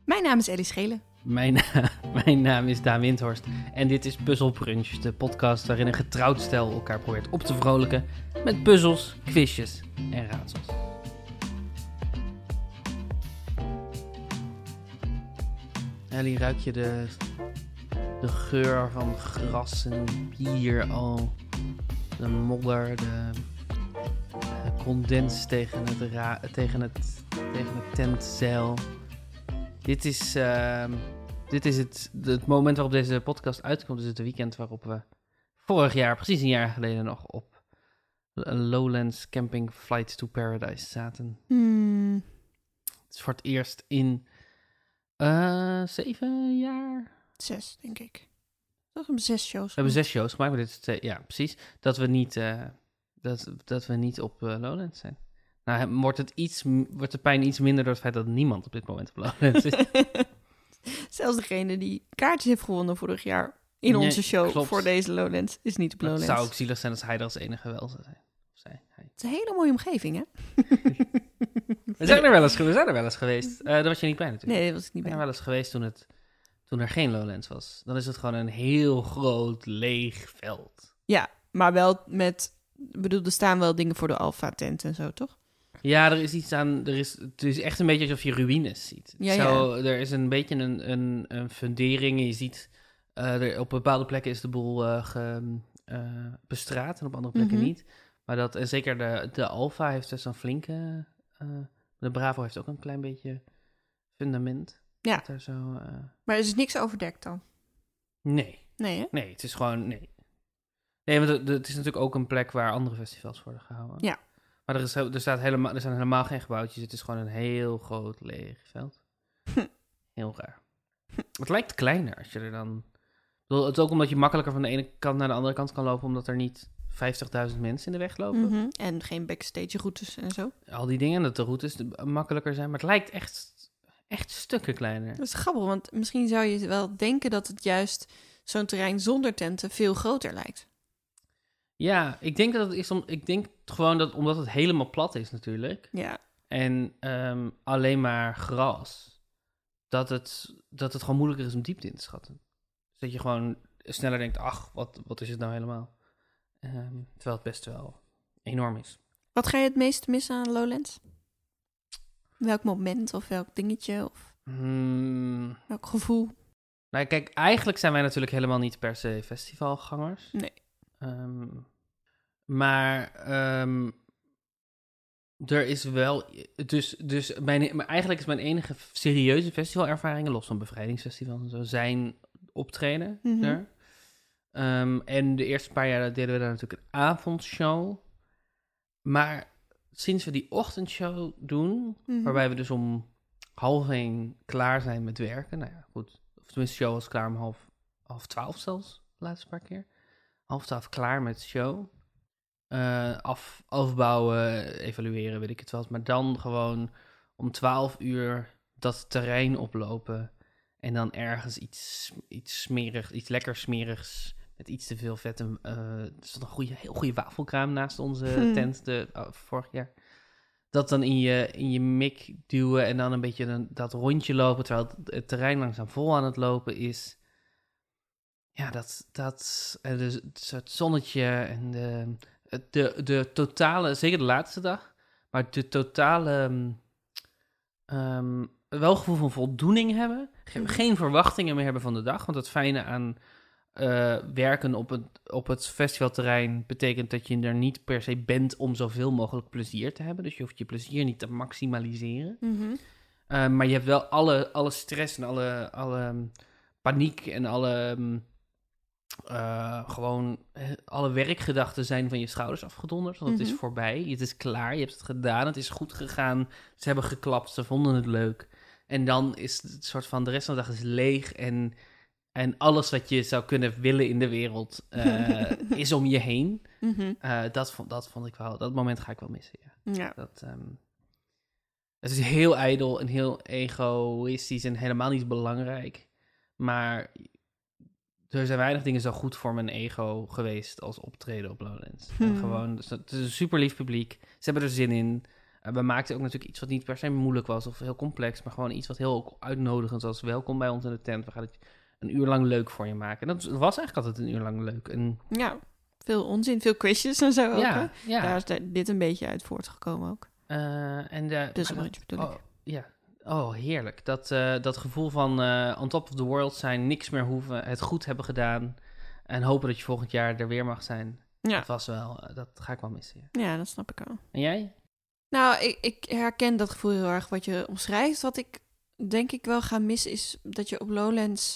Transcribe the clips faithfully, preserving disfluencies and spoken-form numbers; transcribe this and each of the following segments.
Mijn naam is Ellie Schelen. Mijn, mijn naam is Daan Windhorst en dit is Puzzle Brunch, de podcast waarin een getrouwd stel elkaar probeert op te vrolijken met puzzels, quizjes en raadsels. Ellie, ruik je de, de geur van gras en bier al? De modder, de, de condens tegen het, ra- tegen het, tegen het tentzeil. Dit is, uh, dit is het, het moment waarop deze podcast uitkomt. Dus het weekend waarop we vorig jaar, precies een jaar geleden nog, op een Lowlands Camping Flight to Paradise zaten. Hmm. Het is voor het eerst in uh, zeven jaar? Zes, denk ik. We hebben zes shows. We hebben zes shows gemaakt, maar dit is het, ja, precies. Dat we niet, uh, dat, dat we niet op uh, Lowlands zijn. Nou, wordt, het iets, wordt de pijn iets minder door het feit dat niemand op dit moment op Lowlands is. Zelfs degene die kaartjes heeft gewonnen vorig jaar in onze Nee, show klopt. voor deze Lowlands is niet op Het Lowlands. zou ook zielig zijn als hij er als enige wel zou zijn. Of zij, hij. Het is een hele mooie omgeving, hè? We zijn er wel eens, we zijn er wel eens geweest. Uh, daar was je niet bij natuurlijk. Nee, dat was ik niet We bij. zijn er wel eens geweest toen, het, toen er geen Lowlands was. Dan is het gewoon een heel groot, leeg veld. Ja, maar wel met... Ik bedoel, er staan wel dingen voor de Alpha-tent en zo, toch? Ja, er is iets aan... Er is, het is echt een beetje alsof je ruïnes ziet. Ja, Zo, ja. Er is een beetje een, een, een fundering en je ziet... Uh, er, op bepaalde plekken is de boel uh, ge, uh, bestraat en op andere plekken Mhm. niet. Maar dat, en zeker de, de Alpha heeft dus een flinke... Uh, de Bravo heeft ook een klein beetje fundament. Ja. Dat er zo, uh... Maar er is niks overdekt dan? Nee. Nee, hè? Nee, het is gewoon... Nee, nee want het, het is natuurlijk ook een plek waar andere festivals worden gehouden. Ja. Maar er, is, er, staat helemaal, er zijn helemaal geen gebouwtjes. Het is gewoon een heel groot leeg veld. Hm. Heel raar. Het lijkt kleiner als je er dan... Ik bedoel, het is ook omdat je makkelijker van de ene kant naar de andere kant kan lopen... omdat er niet vijftigduizend mensen in de weg lopen. Mhm. En geen backstage routes en zo. Al die dingen, dat de routes makkelijker zijn. Maar het lijkt echt, echt stukken kleiner. Dat is grappig, want misschien zou je wel denken dat het juist zo'n terrein zonder tenten veel groter lijkt. Ja, ik denk dat het is om, ik denk gewoon dat omdat het helemaal plat is natuurlijk. Ja. En um, alleen maar gras, dat het, dat het gewoon moeilijker is om diepte in te schatten. Dus dat je gewoon sneller denkt, ach, wat, wat is het nou helemaal? Um, terwijl het best wel enorm is. Wat ga je het meest missen aan Lowlands? Welk moment of welk dingetje of Hmm. welk gevoel? Nou kijk, eigenlijk zijn wij natuurlijk helemaal niet per se festivalgangers. Nee. Um, maar um, er is wel... Dus, dus mijn, eigenlijk is mijn enige serieuze festivalervaringen, los van bevrijdingsfestivals en zo, zijn optreden Mhm. er. Um, en de eerste paar jaar deden we daar natuurlijk een avondshow. Maar sinds we die ochtendshow doen, Mhm. waarbij we dus om half één klaar zijn met werken. Nou ja, goed. Of tenminste, de show was klaar om half, half twaalf zelfs, de laatste paar keer. Half twaalf klaar met de show. Uh, af, afbouwen, evalueren, weet ik het wel. Maar dan gewoon om twaalf uur dat terrein oplopen. En dan ergens iets, iets smerigs, iets lekker smerigs met iets te veel vet. En, uh, er stond een goede, heel goede wafelkraam naast onze Hmm. tent de, uh, vorig jaar. Dat dan in je, in je mik duwen en dan een beetje een, dat rondje lopen, terwijl het, het terrein langzaam vol aan het lopen is. Ja, dat, dat en dus het zonnetje en de, de, de totale, zeker de laatste dag, maar de totale um, wel een gevoel van voldoening hebben. Ge- geen verwachtingen meer hebben van de dag, want het fijne aan uh, werken op het, op het festivalterrein betekent dat je er niet per se bent om zoveel mogelijk plezier te hebben. Dus je hoeft je plezier niet te maximaliseren. Mhm. Uh, maar je hebt wel alle, alle stress en alle, alle um, paniek en alle... Um, Uh, gewoon uh, alle werkgedachten zijn van je schouders afgedonderd. Want het Mhm. is voorbij, het is klaar, je hebt het gedaan, het is goed gegaan. Ze hebben geklapt, ze vonden het leuk. En dan is het soort van, de rest van de dag is leeg. En, en alles wat je zou kunnen willen in de wereld uh, is om je heen. Mhm. Uh, dat, vond, dat vond ik wel, dat moment ga ik wel missen, ja. Ja. Dat, um, het is heel ijdel en heel egoïstisch en helemaal niet belangrijk. Maar... er zijn weinig dingen zo goed voor mijn ego geweest als optreden op Lowlands. Hmm. En gewoon, dus het is een super lief publiek. Ze hebben er zin in. Uh, we maakten ook natuurlijk iets wat niet per se moeilijk was of heel complex, maar gewoon iets wat heel uitnodigend was. Welkom bij ons in de tent. We gaan het een uur lang leuk voor je maken. En dat was eigenlijk altijd een uur lang leuk. En... Ja, veel onzin, veel quizjes en zo ook. Ja, ja. Daar is de, dit een beetje uit voortgekomen ook. Uh, en de, dus een dat, beetje bedoel ik. Oh, ja. Oh, heerlijk. Dat, uh, dat gevoel van uh, on top of the world zijn, niks meer hoeven, het goed hebben gedaan en hopen dat je volgend jaar er weer mag zijn. Ja. Dat was wel, uh, dat ga ik wel missen. Ja. ja, dat snap ik wel. En jij? Nou, ik, ik herken dat gevoel heel erg wat je omschrijft. Wat ik denk ik wel ga missen is dat je op Lowlands,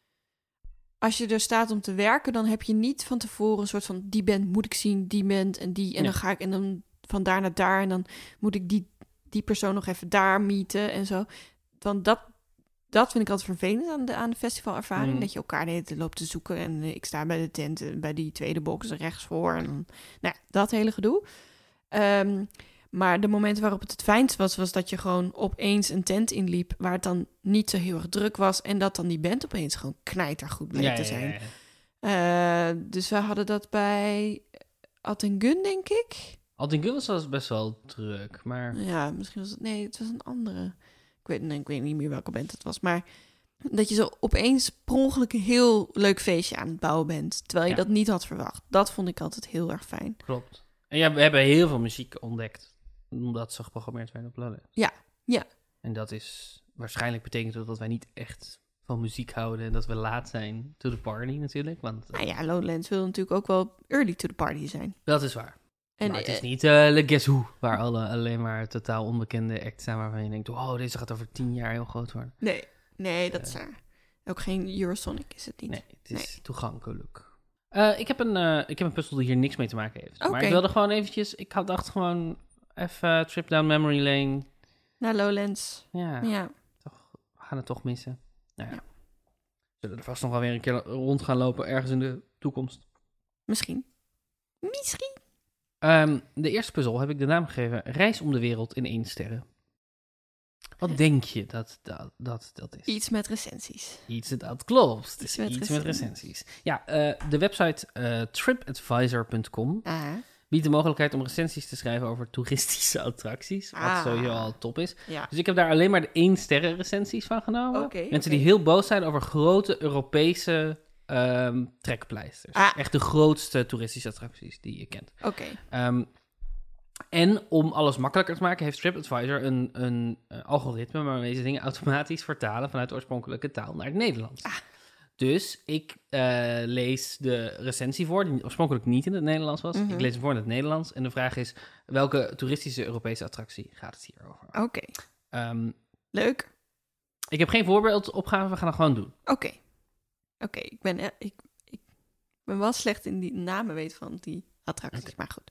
als je er staat om te werken, dan heb je niet van tevoren een soort van die band moet ik zien, die band en die. En nee. dan ga ik en dan van daar naar daar en dan moet ik die, die persoon nog even daar meeten en zo. Want dat, dat vind ik altijd vervelend aan de, aan de festivalervaring. Mm. Dat je elkaar de hele tijd loopt te zoeken en uh, ik sta bij de tent uh, bij die tweede box rechts voor. En dan, nou ja, dat hele gedoe. Um, Maar de momenten waarop het het fijnst was, was dat je gewoon opeens een tent inliep waar het dan niet zo heel erg druk was en dat dan die band opeens gewoon knijtergoed bleek ja, te zijn. Ja, ja, ja. Uh, dus we hadden dat bij Attengun, denk ik. Attengun was best wel druk, maar... Ja, misschien was het... Nee, het was een andere. Ik weet, nee, ik weet niet meer welke band het was, maar dat je zo opeens per ongeluk een heel leuk feestje aan het bouwen bent, terwijl je ja. dat niet had verwacht. Dat vond ik altijd heel erg fijn. Klopt. En ja, we hebben heel veel muziek ontdekt omdat ze geprogrammeerd werden op Lowlands. Ja, ja. En dat is waarschijnlijk betekent dat, dat wij niet echt van muziek houden en dat we laat zijn to the party natuurlijk. Want, nou ja, Lowlands wil natuurlijk ook wel early to the party zijn. Dat is waar. En maar het is niet uh, Le Guess Who, waar alle alleen maar totaal onbekende acts zijn waarvan je denkt, oh, deze gaat over tien jaar heel groot worden. Nee, nee, dat uh, is waar. Ook geen Eurosonic is het niet. Nee, het is nee. toegankelijk. Uh, ik, heb een, uh, ik heb een puzzel die hier niks mee te maken heeft. Okay. Maar ik wilde gewoon eventjes, ik had dacht gewoon even uh, trip down memory lane. Naar Lowlands. Ja, ja. Toch, we gaan het toch missen. Nou ja. Ja. Zullen er vast nog wel weer een keer rond gaan lopen ergens in de toekomst. Misschien. Misschien. Um, de eerste puzzel heb ik de naam gegeven, Reis om de wereld in één sterren. Wat uh, denk je dat dat, dat dat is? Iets met recensies. Iets, dat klopt. Iets, iets, met, iets recensies. met recensies. Ja, uh, de website uh, tripadvisor punt com uh. biedt de mogelijkheid om recensies te schrijven over toeristische attracties. Wat ah. sowieso al top is. Ja. Dus ik heb daar alleen maar de één sterren recensies van genomen. Okay, Mensen okay. die heel boos zijn over grote Europese um, trekpleisters. Ah. Echt de grootste toeristische attracties die je kent. Oké. Okay. Um, En om alles makkelijker te maken, heeft TripAdvisor een, een uh, algoritme waarmee ze dingen automatisch vertalen vanuit de oorspronkelijke taal naar het Nederlands. Ah. Dus ik uh, lees de recensie voor, die oorspronkelijk niet in het Nederlands was. Mm-hmm. Ik lees hem voor in het Nederlands. En de vraag is, welke toeristische Europese attractie gaat het hier over? Oké. Okay. Um, Leuk. Ik heb geen voorbeeldopgave, we gaan het gewoon doen. Oké. Okay. Oké, okay. ik, ben, ik, ik ben wel slecht in die namen weten van die attracties, okay. Maar goed.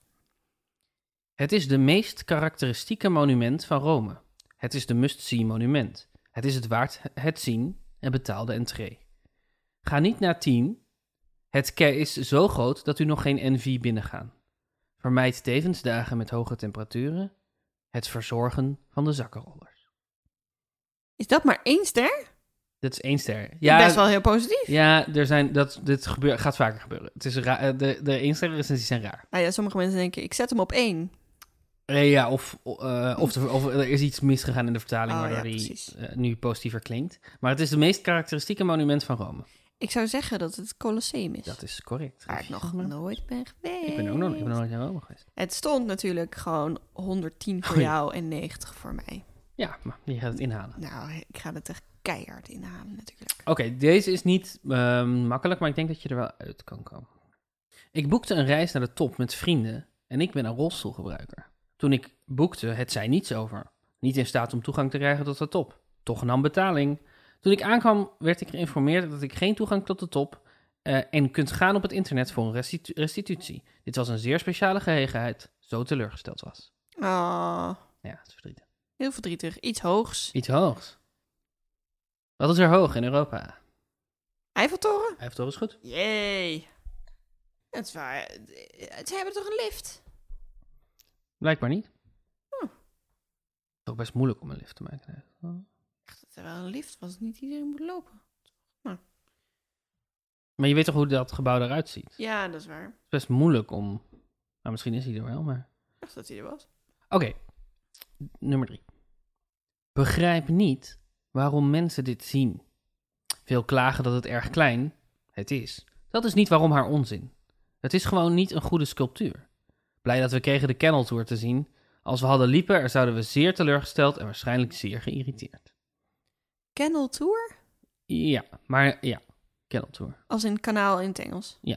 Het is de meest karakteristieke monument van Rome. Het is de must-see monument. Het is het waard het zien en betaal de entree. Ga niet naar tien. Het quai is zo groot dat u nog geen N V binnengaan. Vermijd tevens dagen met hoge temperaturen. Het verzorgen van de zakkenrollers. Is dat maar één ster? Dat is één ster. Ja, best wel heel positief. Ja, er zijn, dat, dit gebeur, gaat vaker gebeuren. Het is ra- de, de één ster recensies zijn raar. Nou ja, sommige mensen denken, ik zet hem op één. Ja, of, uh, of, de, of er is iets misgegaan in de vertaling, oh, waardoor ja, die uh, nu positiever klinkt. Maar het is de meest karakteristieke monument van Rome. Ik zou zeggen dat het Colosseum is. Dat is correct. Waar ik nog maar. nooit ben geweest. Ik ben ook nog, ik ben nog nooit naar Rome geweest. Het stond natuurlijk gewoon honderdtien voor jou en negentig voor mij. Ja, maar je gaat het inhalen. Nou, ik ga het echt keihard inhalen natuurlijk. Oké, okay, deze is niet uh, makkelijk, maar ik denk dat je er wel uit kan komen. Ik boekte een reis naar de top met vrienden en ik ben een rolstoelgebruiker. Toen ik boekte, het zei niets over. Niet in staat om toegang te krijgen tot de top. Toch nam betaling. Toen ik aankwam, werd ik geïnformeerd dat ik geen toegang tot de top uh, en kunt gaan op het internet voor een restitu- restitutie. Dit was een zeer speciale gelegenheid, zo teleurgesteld was. Oh. Ja, het is verdrietig. Heel verdrietig. Iets hoogs. Iets hoogs. Wat is er hoog in Europa? Eiffeltoren? Eiffeltoren is goed. Jee. Het is waar. Ze hebben toch een lift? Blijkbaar niet. Oh. Het is ook best moeilijk om een lift te maken. Oh. Echt, dat er wel een lift was, niet iedereen moet lopen. Nou. Maar je weet toch hoe dat gebouw eruit ziet? Ja, dat is waar. Het is best moeilijk om... Nou, misschien is hij er wel, maar... Ik dacht dat hij er was. Oké. Okay. nummer drie. Begrijp niet waarom mensen dit zien. Veel klagen dat het erg klein het is. Dat is niet waarom haar onzin. Het is gewoon niet een goede sculptuur. Blij dat we kregen de Kennel Tour te zien. Als we hadden liepen, er zouden we zeer teleurgesteld en waarschijnlijk zeer geïrriteerd. Kennel Tour? Ja, maar ja, Kennel Tour. Als in kanaal in het Engels? Ja.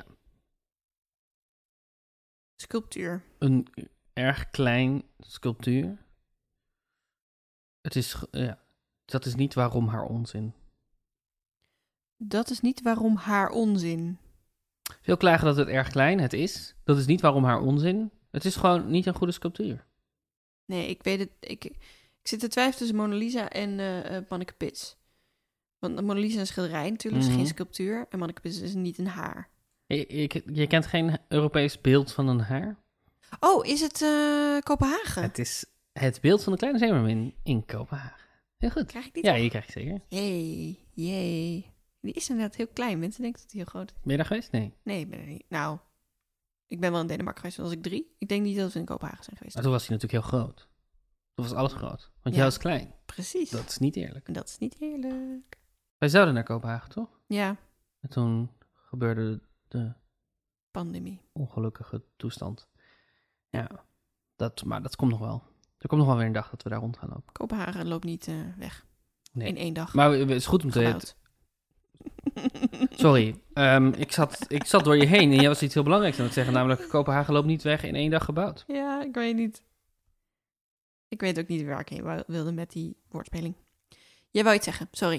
Sculptuur. Een erg klein sculptuur. Het is, ja, dat is niet waarom haar onzin. Dat is niet waarom haar onzin. Veel klagen dat het erg klein het is. Dat is niet waarom haar onzin. Het is gewoon niet een goede sculptuur. Nee, ik weet het. Ik, ik zit te twijfelen tussen Mona Lisa en uh, uh, Manneke Pis. Want Mona Lisa is een schilderij natuurlijk, is Mhm. geen sculptuur. En Manneke Pis is niet een haar. Je, je, je kent geen Europees beeld van een haar? Oh, is het uh, Kopenhagen? Het is het beeld van de kleine zeemermin in Kopenhagen. Heel goed. Krijg ik die Ja, toch? je krijgt het zeker. Jee, jee. Die is inderdaad heel klein. Mensen denken dat hij heel groot is. Ben je daar geweest? Nee. Nee, ik ben er niet. Nou, ik ben wel in Denemarken geweest, toen was ik drie. Ik denk niet dat we in Kopenhagen zijn geweest. Maar toen was hij natuurlijk heel groot. Toen was alles groot. Want Ja. jij was klein. Precies. Dat is niet eerlijk. En dat is niet eerlijk. Wij zouden naar Kopenhagen, toch? Ja, En toen gebeurde de pandemie. ongelukkige toestand. Ja, dat, maar dat komt nog wel. Er komt nog wel weer een dag dat we daar rond gaan lopen. Kopenhagen loopt niet uh, weg. Nee. In één dag. Maar het is goed om te weten. Gebouwd. Sorry, um, ik, zat, ik zat door je heen en jij was iets heel belangrijks aan het zeggen. Namelijk, Kopenhagen loopt niet weg in één dag gebouwd. Ja, ik weet niet. Ik weet ook niet waar ik heen wou- wilde met die woordspeling. Jij wou iets zeggen, sorry.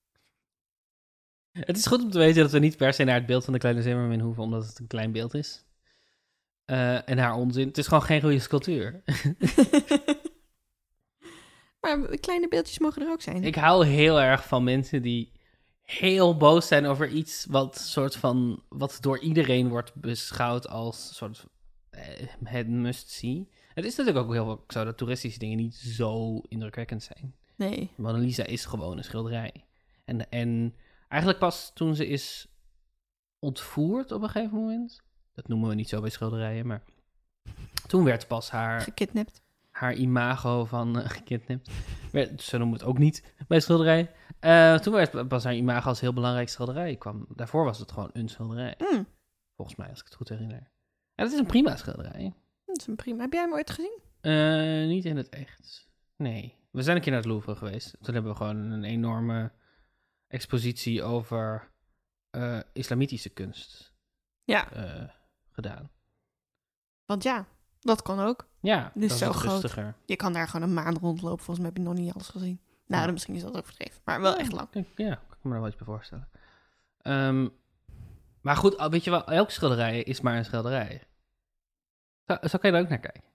Het is goed om te weten dat we niet per se naar het beeld van de kleine zeemermin hoeven, omdat het een klein beeld is. Uh, en haar onzin. Het is gewoon geen goede sculptuur. Maar kleine beeldjes mogen er ook zijn. Ik hou heel erg van mensen die heel boos zijn over iets wat soort van wat door iedereen wordt beschouwd als soort eh, het must-see. Het is natuurlijk ook heel veel zo dat toeristische dingen niet zo indrukwekkend zijn. Nee. Mona Lisa is gewoon een schilderij. En, en eigenlijk pas toen ze is ontvoerd op een gegeven moment, dat noemen we niet zo bij schilderijen, maar toen werd pas haar, Gekidnapt. haar imago van uh, gekidnapt. Werd, ze noemen het ook niet bij schilderij. Uh, toen werd pas haar imago als heel belangrijk schilderij kwam. Daarvoor was het gewoon een schilderij. Mm, Volgens mij, als ik het goed herinner. En het is een prima schilderij. dat is een prima. Heb jij hem ooit gezien? Uh, niet in het echt. Nee. We zijn een keer naar het Louvre geweest. Toen hebben we gewoon een enorme expositie over uh, islamitische kunst Ja. uh, gedaan. Want ja, dat kan ook. Ja, Dus dat zo is groot. rustiger. Je kan daar gewoon een maand rondlopen. Volgens mij heb je nog niet alles gezien. Nou, Ja. dan misschien is dat overdreven. Maar wel echt lang. Ja, ja, kan ik me er wel iets bij voorstellen. Um, maar goed, al- weet je wel, elke schilderij is maar een schilderij. Zo, zo kan je er ook naar kijken.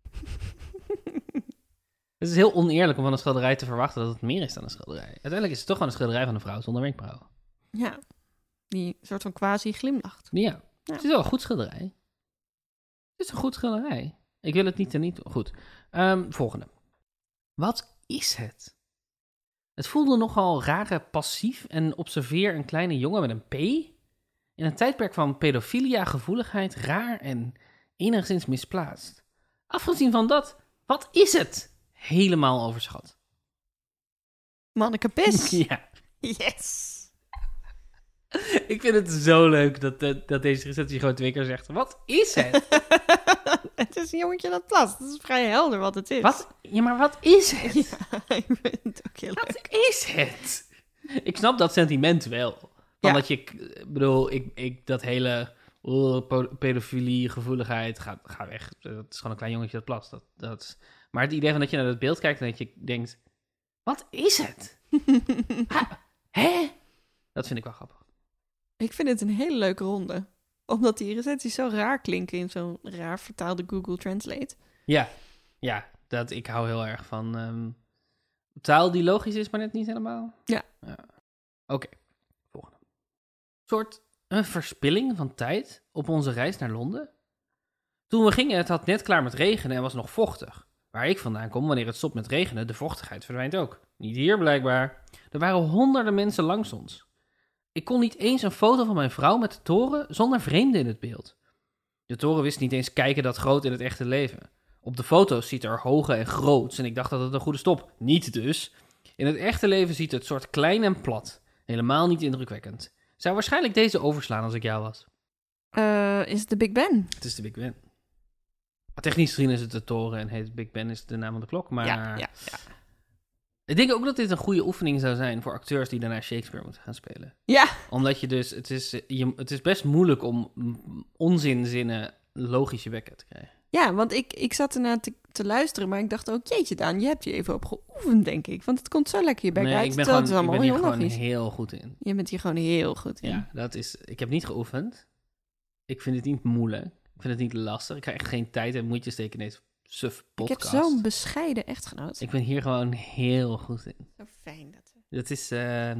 Het is heel oneerlijk om van een schilderij te verwachten dat het meer is dan een schilderij. Uiteindelijk is het toch gewoon een schilderij van een vrouw zonder wenkbrauwen. Ja. Die soort van quasi glimlacht. Ja, Ja. het is wel een goed schilderij. Het is een goed schilderij. Ik wil het niet en niet... Goed. Um, volgende. Wat is het? Het voelde nogal rare passief en observeer een kleine jongen met een P. In een tijdperk van pedofilia, gevoeligheid, raar en enigszins misplaatst. Afgezien van dat, wat is het? Helemaal overschat. Manneke Pis. Ja. Yes. Ik vind het zo leuk dat, dat, dat deze recensie gewoon twee keer zegt. Wat is het? Het is een jongetje dat plast. Het is vrij helder wat het is. Wat? Ja, maar wat is het? Ja, ik vind het ook heel leuk. Wat is het? Ik snap dat sentiment wel. Van Ja. dat je, ik bedoel, ik, ik, dat hele oh, po- pedofilie, gevoeligheid, ga, ga weg. Dat is gewoon een klein jongetje dat plast. Dat, dat is, maar het idee van dat je naar dat beeld kijkt en dat je denkt, wat is het? Ha, hè? Dat vind ik wel grappig. Ik vind het een hele leuke ronde. Omdat die recensies zo raar klinken in zo'n raar vertaalde Google Translate. Ja, ja, dat, ik hou heel erg van um, taal die logisch is, maar net niet helemaal. Ja. ja. Oké, okay. Volgende. Een soort een verspilling van tijd op onze reis naar Londen. Toen we gingen, het had net klaar met regenen en was nog vochtig. Waar ik vandaan kom, wanneer het stopt met regenen, de vochtigheid verdwijnt ook. Niet hier blijkbaar. Er waren honderden mensen langs ons. Ik kon niet eens een foto van mijn vrouw met de toren zonder vreemden in het beeld. De toren wist niet eens kijken dat groot in het echte leven. Op de foto's ziet er hoge en groots en ik dacht dat het een goede stop. Niet dus. In het echte leven ziet het soort klein en plat. Helemaal niet indrukwekkend. Zou waarschijnlijk deze overslaan als ik jou was. Uh, is het de Big Ben? Het is de Big Ben. Technisch gezien is het de toren en heet Big Ben is de naam van de klok. Maar Ja, ja, ja. ik denk ook dat dit een goede oefening zou zijn voor acteurs die daarna Shakespeare moeten gaan spelen. Ja. Omdat je dus, het is, je, het is best moeilijk om onzinzinnen logische wekken te krijgen. Ja, want ik, ik zat ernaar te, te luisteren, maar ik dacht ook, jeetje Daan, je hebt je even op geoefend, denk ik. Want het komt zo lekker je bek Nee, uit. ik ben, terwijl gewoon, het ik is ben allemaal hier heel gewoon logisch. heel goed in. Je bent hier gewoon heel goed in. Ja, dat is, ik heb niet geoefend. Ik vind het niet moeilijk. Ik vind het niet lastig. Ik ga echt geen tijd en moeite steken in deze suf podcast. Ik heb zo'n bescheiden echtgenoot. Ik ben hier gewoon heel goed in. Zo fijn dat. Dat is... Uh...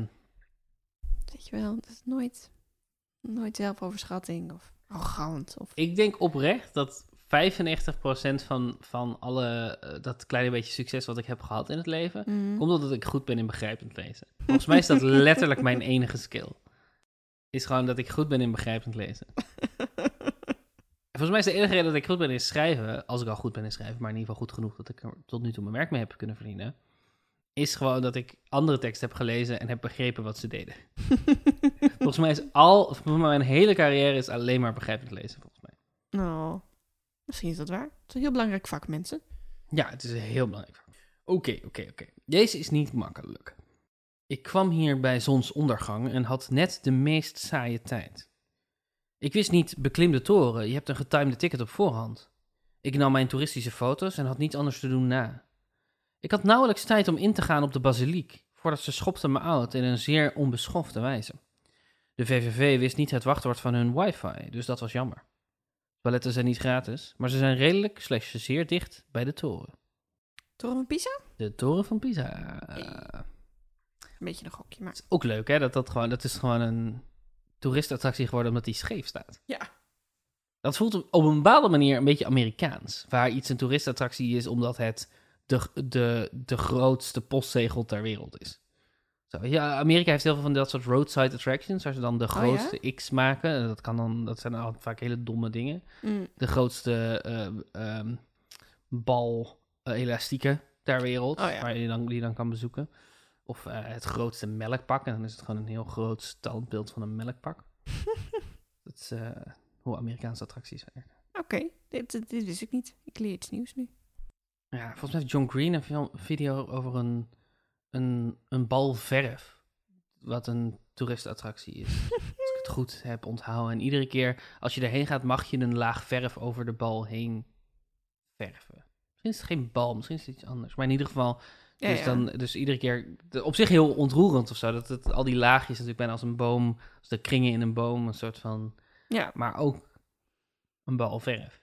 Weet je wel, dat is nooit, nooit zelfoverschatting of arrogant. Of... Ik denk oprecht dat vijfennegentig procent van, van alle, uh, dat kleine beetje succes wat ik heb gehad in het leven, Mm. komt omdat ik goed ben in begrijpend lezen. Volgens mij is dat letterlijk mijn enige skill. Is gewoon dat ik goed ben in begrijpend lezen. Volgens mij is de enige reden dat ik goed ben in schrijven, als ik al goed ben in schrijven, maar in ieder geval goed genoeg dat ik er tot nu toe mijn werk mee heb kunnen verdienen, is gewoon dat ik andere teksten heb gelezen en heb begrepen wat ze deden. Volgens mij is al, volgens mij mijn hele carrière is alleen maar begrijpend lezen, volgens mij. Nou, misschien is dat waar. Het is een heel belangrijk vak, mensen. Ja, het is een heel belangrijk vak. Oké, oké, oké. Deze is niet makkelijk. Ik kwam hier bij zonsondergang en had net de meest saaie tijd. Ik wist niet, beklim de toren, je hebt een getimede ticket op voorhand. Ik nam mijn toeristische foto's en had niets anders te doen na. Ik had nauwelijks tijd om in te gaan op de basiliek, voordat ze schopten me uit in een zeer onbeschofte wijze. De V V V wist niet het wachtwoord van hun wifi, dus dat was jammer. Toiletten zijn niet gratis, maar ze zijn redelijk slash zeer dicht bij de toren. Toren van Pisa? De toren van Pisa. Hey. Een beetje een gokje, maar... Het is ook leuk, hè? Dat, dat, gewoon, dat is gewoon een toeristattractie geworden omdat die scheef staat. Ja. Dat voelt op een bepaalde manier een beetje Amerikaans. Waar iets een toeristattractie is omdat het de, de, de grootste postzegel ter wereld is. Zo, ja, Amerika heeft heel veel van dat soort roadside attractions, waar ze dan de grootste oh, ja? X maken. Dat, kan dan, dat zijn dan vaak hele domme dingen. Mm. De grootste uh, um, bal uh, elastieken ter wereld, oh, ja. waar je dan, die je dan kan bezoeken. Of uh, het grootste melkpak. En dan is het gewoon een heel groot standbeeld van een melkpak. Dat is uh, hoe Amerikaanse attracties werken. Oké, okay. dit, dit, dit wist ik niet. Ik leer iets nieuws nu. Ja, volgens mij heeft John Green een film, video over een, een, een bal verf. Wat een toeristattractie is. Als ik het goed heb onthouden. En iedere keer als je erheen gaat, mag je een laag verf over de bal heen verven. Misschien is het geen bal, misschien is het iets anders. Maar in ieder geval... Ja, dus, ja. dan, dus iedere keer, op zich heel ontroerend of zo, dat het, al die laagjes natuurlijk bijna als een boom, als de kringen in een boom, een soort van, Ja. maar ook een bal verf.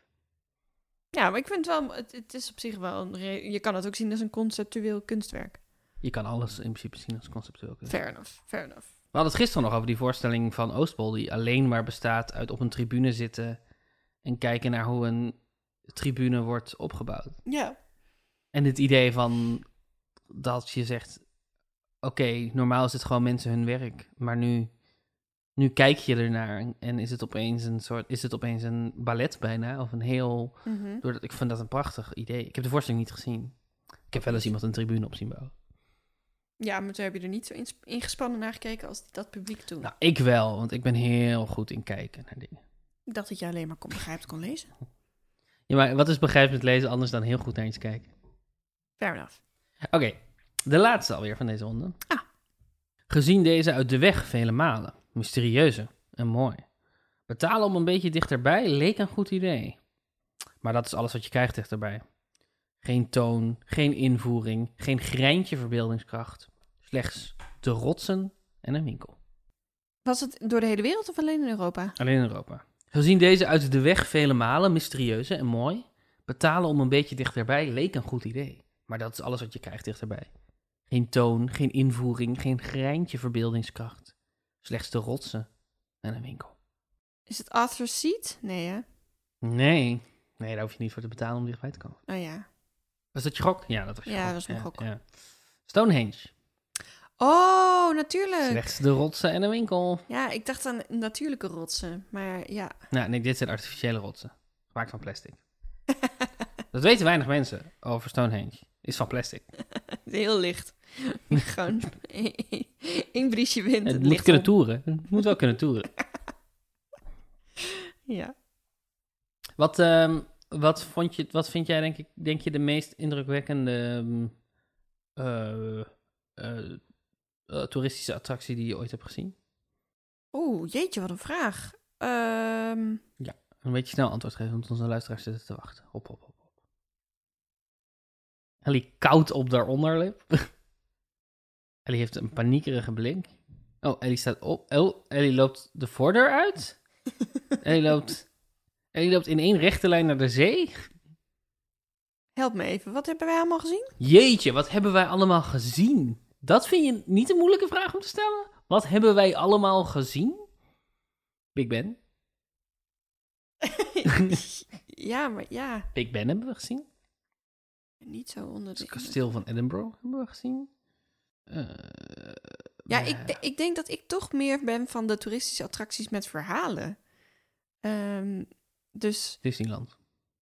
Ja, maar ik vind wel, het, het is op zich wel, een re- je kan het ook zien als een conceptueel kunstwerk. Je kan alles in principe zien als conceptueel kunst. Fair enough, fair enough. We hadden het gisteren nog over die voorstelling van Oostpol, die alleen maar bestaat uit op een tribune zitten en kijken naar hoe een tribune wordt opgebouwd. Ja. En het idee van dat je zegt, oké, okay, normaal is het gewoon mensen hun werk, maar nu, nu kijk je ernaar en is het opeens een soort, is het opeens een ballet bijna, of een heel, Mm-hmm. doordat, ik vind dat een prachtig idee. Ik heb de voorstelling niet gezien. Ik heb wel eens iemand een tribune op zien bouwen. Ja, maar toen heb je er niet zo ins- ingespannen naar gekeken als dat publiek toen. Nou, ik wel, want ik ben heel goed in kijken naar dingen. Ik dacht dat je alleen maar kon begrijpen, kon lezen. Ja, maar wat is begrijpend lezen anders dan heel goed naar iets kijken? Fair enough. Oké, okay, de laatste alweer van deze ronde. Ah. Gezien deze uit de weg vele malen, mysterieuze en mooi. Betalen om een beetje dichterbij leek een goed idee. Maar dat is alles wat je krijgt dichterbij. Geen toon, geen invoering, geen greintje verbeeldingskracht. Slechts de rotsen en een winkel. Was het door de hele wereld of alleen in Europa? Alleen in Europa. Gezien deze uit de weg vele malen, mysterieuze en mooi. Betalen om een beetje dichterbij leek een goed idee. Maar dat is alles wat je krijgt dichterbij. Geen toon, geen invoering, geen greintje verbeeldingskracht. Slechts de rotsen en een winkel. Is het Arthur's Seat? Nee, hè? Nee. Nee, daar hoef je niet voor te betalen om dichtbij te komen. Oh ja. Was dat je gok? Ja, dat was je Ja, gok. dat was mijn gok. Ja. Stonehenge. Oh, natuurlijk. Slechts de rotsen en een winkel. Ja, ik dacht aan natuurlijke rotsen. Maar ja. Nou, nee, dit zijn artificiële rotsen. Gemaakt van plastic. Dat weten weinig mensen over Stonehenge. Is van plastic. Het is heel licht. Gewoon één briesje wind. Het moet kunnen toeren. Het moet wel kunnen toeren. Ja. Wat, um, wat, vond je, wat vind jij, denk, ik, denk je, de meest indrukwekkende um, uh, uh, uh, toeristische attractie die je ooit hebt gezien? Oeh, jeetje, wat een vraag. Um... Ja, een beetje snel antwoord geven, want onze luisteraars zitten te wachten. Hop, hop, hop. hop. Ellie koud op haar onderlip. Ellie heeft een paniekerige blik. Oh, Ellie staat op. Oh, Ellie loopt de voordeur uit. Ellie loopt... Ellie loopt in één rechte lijn naar de zee. Help me even, wat hebben wij allemaal gezien? Jeetje, wat hebben wij allemaal gezien? Dat vind je niet een moeilijke vraag om te stellen? Wat hebben wij allemaal gezien? Big Ben. Ja, maar ja. Big Ben hebben we gezien. Niet zo onder de... Het kasteel van Edinburgh hebben we gezien. Uh, ja, uh, ik, de, ik denk dat ik toch meer ben van de toeristische attracties met verhalen. Um, dus... Disneyland.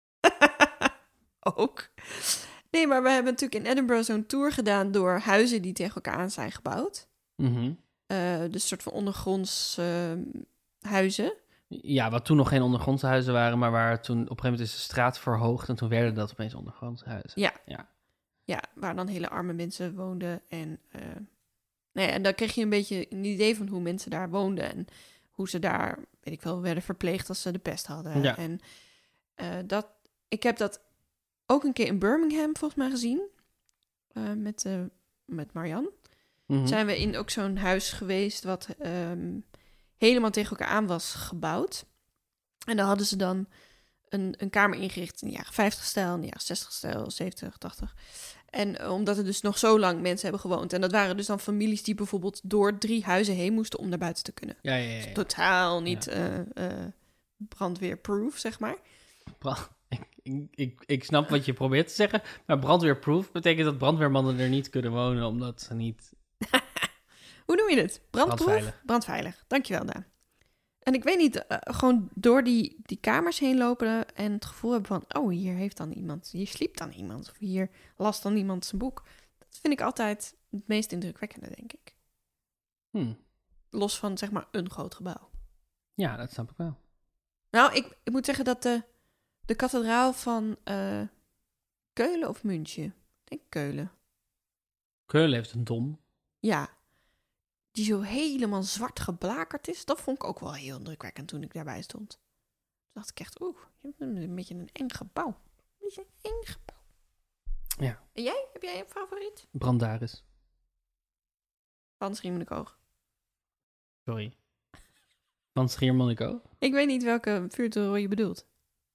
Ook. Nee, maar we hebben natuurlijk in Edinburgh zo'n tour gedaan door huizen die tegen elkaar aan zijn gebouwd. Mm-hmm. Uh, dus een soort van ondergronds uh, huizen. Ja, wat toen nog geen ondergrondse huizen waren, maar waar toen op een gegeven moment is de straat verhoogd en toen werden dat opeens ondergrondse huizen. Ja. Ja, ja waar dan hele arme mensen woonden. En, uh, nou ja, en dan kreeg je een beetje een idee van hoe mensen daar woonden en hoe ze daar, weet ik wel, werden verpleegd als ze de pest hadden. Ja. En uh, dat, ik heb dat ook een keer in Birmingham volgens mij gezien, uh, met, uh, met Marianne. Mm-hmm. Zijn we in ook zo'n huis geweest wat um, helemaal tegen elkaar aan was gebouwd. En daar hadden ze dan een, een kamer ingericht in de jaren vijftig stijl, in de jaren zestig stijl, zeventig, tachtig. En uh, omdat er dus nog zo lang mensen hebben gewoond. En dat waren dus dan families die bijvoorbeeld door drie huizen heen moesten om naar buiten te kunnen. Ja, ja, ja, ja. Dus totaal niet ja. uh, uh, brandweerproof, zeg maar. Bra- ik, ik, ik, ik snap wat je probeert te zeggen, maar brandweerproof betekent dat brandweermannen er niet kunnen wonen, omdat ze niet... Hoe noem je het? Brandproof? Brandveilig. Brandveilig. Dankjewel, Daan. En ik weet niet, uh, gewoon door die, die kamers heen lopen en het gevoel hebben van, oh, hier heeft dan iemand, hier sliep dan iemand, of hier las dan iemand zijn boek. Dat vind ik altijd het meest indrukwekkende, denk ik. Hmm. Los van, zeg maar, een groot gebouw. Ja, dat snap ik wel. Nou, ik, ik moet zeggen dat de, de kathedraal van uh, Keulen of München? Ik denk Keulen. Keulen heeft een dom. Ja. Die zo helemaal zwart geblakerd is. Dat vond ik ook wel heel indrukwekkend toen ik daarbij stond. Toen dacht ik echt, oeh, een beetje een eng gebouw. Een beetje een eng gebouw. Ja. En jij? Heb jij een favoriet? Brandaris. Van Schiermonnikoog. Sorry. Van Schiermonnikoog? Ik weet niet welke vuurtoren je bedoelt.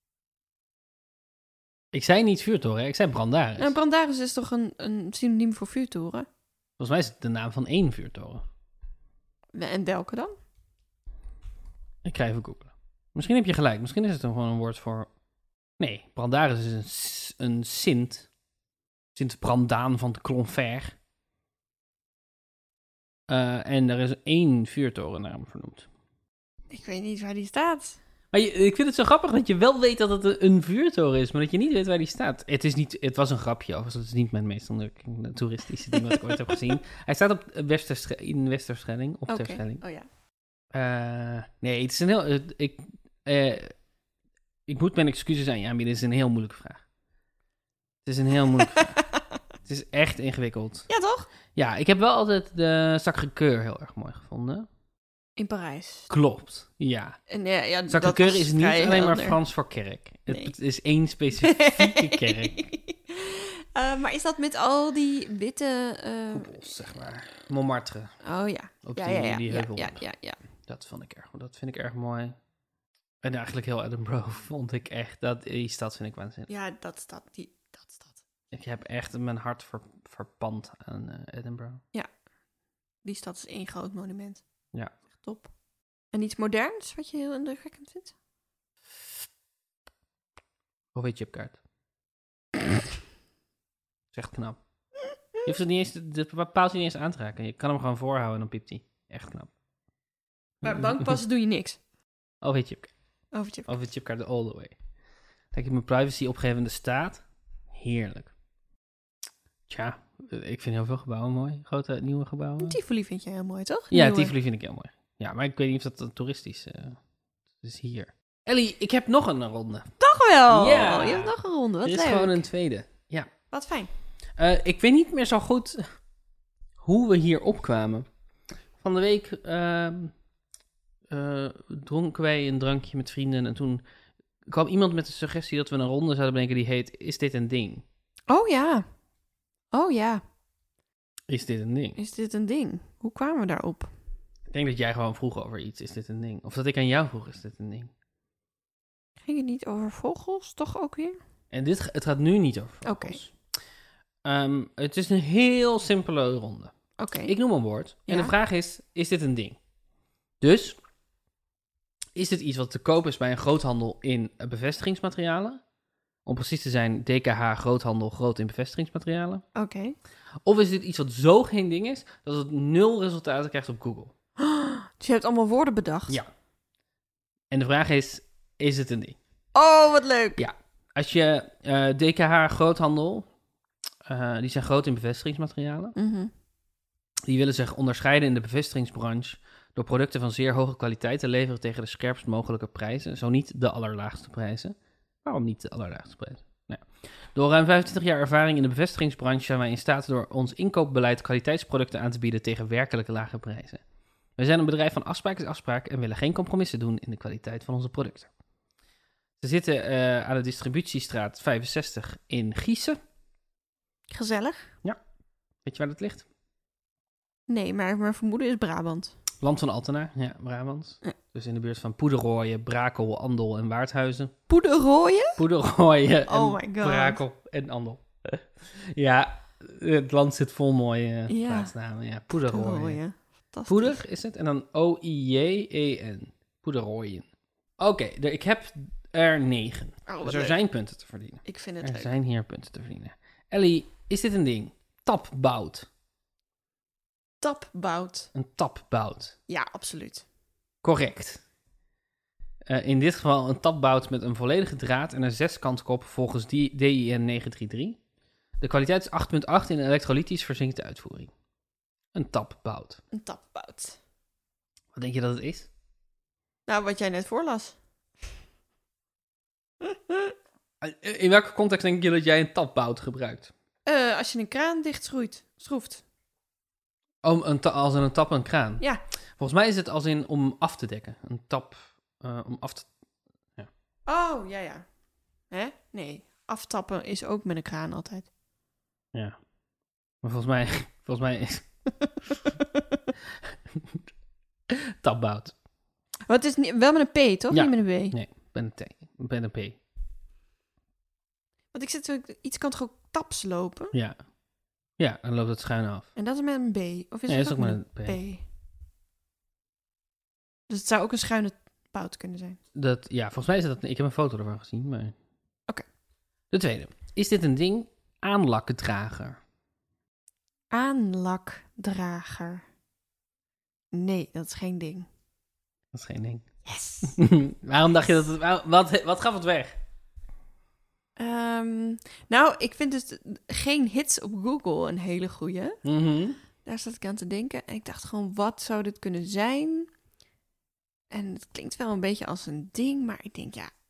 Ik zei niet vuurtoren, ik zei Brandaris. Nou, Brandaris is toch een, een synoniem voor vuurtoren? Volgens mij is het de naam van één vuurtoren. En welke dan? Ik ga even googlen. Misschien heb je gelijk. Misschien is het dan gewoon een woord voor... Nee, Brandaris is een, een Sint. Sint Brandaan van de Clonfer. Uh, en er is één vuurtoren naar hem vernoemd. Ik weet niet waar die staat. Maar je, ik vind het zo grappig dat je wel weet dat het een vuurtoren is, maar dat je niet weet waar die staat. Het, is niet, het was een grapje, overigens. Het is niet mijn meest indrukwekkende toeristische ding wat ik ooit heb gezien. Hij staat op Westersch- in Westerschelling, op okay. Terschelling. Oh ja. Uh, nee, het is een heel... Uh, ik, uh, ik moet mijn excuses aan je aanbieden. Het is een heel moeilijke vraag. Het is een heel moeilijke vraag. Het is echt ingewikkeld. Ja, toch? Ja, ik heb wel altijd de Sacré-Cœur heel erg mooi gevonden. In Parijs. Klopt, ja. En ja, ja Sacré-Cœur is niet alleen helder. maar Frans voor kerk. Nee. Het is één specifieke kerk. Uh, maar is dat met al die witte... Uh... Hoepels, zeg maar. Montmartre. Oh ja. Op ja, die, ja, ja, die ja, heuvel. ja, ja, ja. Dat, vond ik erg, dat vind ik erg mooi. En eigenlijk heel Edinburgh vond ik echt... Dat, die stad vind ik waanzinnig. Ja, dat stad. Die, dat stad. Ik heb echt mijn hart ver, verpand aan uh, Edinburgh. Ja. Die stad is één groot monument. Ja. Echt top. En iets moderns wat je heel indrukwekkend vindt? Of weet je op kaart? Dat is echt knap. Je hoeft het niet eens, de paaltje niet eens aan te raken. Je kan hem gewoon voorhouden en dan piept hij. Echt knap. Maar bankpassen doe je niks. Of weet je op kaart. Over chipkaart. Of weet je op kaart all the way. Dat ik mijn privacy opgeven in de staat. Heerlijk. Tja, ik vind heel veel gebouwen mooi. Grote, nieuwe gebouwen. Tivoli vind je heel mooi, toch? Ja, Nieuwe. Tivoli vind ik heel mooi. Ja, maar ik weet niet of dat toeristisch uh, is hier. Ellie, ik heb nog een ronde. Toch wel? Ja. Je hebt nog een ronde. Wat Er is leuk. gewoon een tweede. Ja. Wat fijn. Uh, ik weet niet meer zo goed hoe we hier opkwamen. Van de week uh, uh, dronken wij een drankje met vrienden en toen kwam iemand met de suggestie dat we een ronde zouden bedenken die heet Is dit een ding? Oh ja. Oh ja. Is dit een ding? Is dit een ding? Hoe kwamen we daarop? Ik denk dat jij gewoon vroeg over iets. Is dit een ding? Of dat ik aan jou vroeg. Is dit een ding? Ging het niet over vogels, toch ook weer? En dit, het gaat nu niet over vogels. Oké. Okay. Um, het is een heel simpele ronde. Oké. Okay. Ik noem een woord. Ja. En de vraag is, is dit een ding? Dus, is dit iets wat te koop is bij een groothandel in bevestigingsmaterialen? Om precies te zijn, D K H groothandel groot in bevestigingsmaterialen. Oké. Okay. Of is dit iets wat zo geen ding is, dat het nul resultaten krijgt op Google? Dus je hebt allemaal woorden bedacht? Ja. En de vraag is, is het een ding? Oh, wat leuk! Ja. Als je uh, D K H groothandel, uh, die zijn groot in bevestigingsmaterialen. Mm-hmm. Die willen zich onderscheiden in de bevestigingsbranche door producten van zeer hoge kwaliteit te leveren tegen de scherpst mogelijke prijzen. Zo niet de allerlaagste prijzen. Waarom niet de allerlaagste prijzen? Nou, door ruim vijfentwintig jaar ervaring in de bevestigingsbranche zijn wij in staat door ons inkoopbeleid kwaliteitsproducten aan te bieden tegen werkelijk lage prijzen. Wij zijn een bedrijf van afspraak is afspraak en willen geen compromissen doen in de kwaliteit van onze producten. Ze zitten uh, aan de distributiestraat vijfenzestig in Giessen. Gezellig. Ja. Weet je waar dat ligt? Nee, maar mijn vermoeden is Brabant. Land van Altena, ja, Brabant. Ja. Dus in de buurt van Poederrooien, Brakel, Andel en Waardhuizen. Poederrooien? Poederrooien oh my en God. Brakel en Andel. Ja, het land zit vol mooie ja. plaatsnamen. Ja, Poederrooien. Poederrooien. Poeder is het en dan O I J E N. Poederrooien. Oké, okay, ik heb er negen. Oh, dus er leuk. zijn punten te verdienen. Ik vind het er leuk. zijn hier punten te verdienen. Ellie, is dit een ding? Tapbout. Tapbout. Een tapbout. Ja, absoluut. Correct. Uh, in dit geval een tapbout met een volledige draad en een zeskantkop volgens D I N negen drie drie. De kwaliteit is acht komma acht in een elektrolytisch verzinkte uitvoering. Een tapbout. Een tapbout. Wat denk je dat het is? Nou, wat jij net voorlas. In welke context denk je dat jij een tapbout gebruikt? Uh, als je een kraan dicht schroeit, schroeft. Oh, een ta- als in een tap en een kraan? Ja. Volgens mij is het als in om af te dekken. Een tap uh, om af te... Ja. Oh, ja, ja. Hè? Nee, aftappen is ook met een kraan altijd. Ja. Maar volgens mij... Volgens mij is... tapbout. Wat is niet, wel met een P, toch? Ja. Niet met een B? Nee, met een T. Met een P. Want ik zit zo... Iets kan toch ook taps lopen? Ja. Ja, dan loopt het schuin af. En dat is met een B? Of is nee, het dat is ook met een P. P? Dus het zou ook een schuine bout kunnen zijn. Dat, ja, volgens mij is dat... Ik heb een foto ervan gezien, maar... Oké. Okay. De tweede. Is dit een ding? Aanlakdrager. Aanlakdrager. Nee, dat is geen ding. Dat is geen ding. Yes! Waarom dacht je dat het... Wat, wat gaf het weg? Um, nou, ik vind dus geen hits op Google een hele goeie. Mm-hmm. Daar zat ik aan te denken. En ik dacht gewoon, wat zou dit kunnen zijn? En het klinkt wel een beetje als een ding, maar ik denk, ja...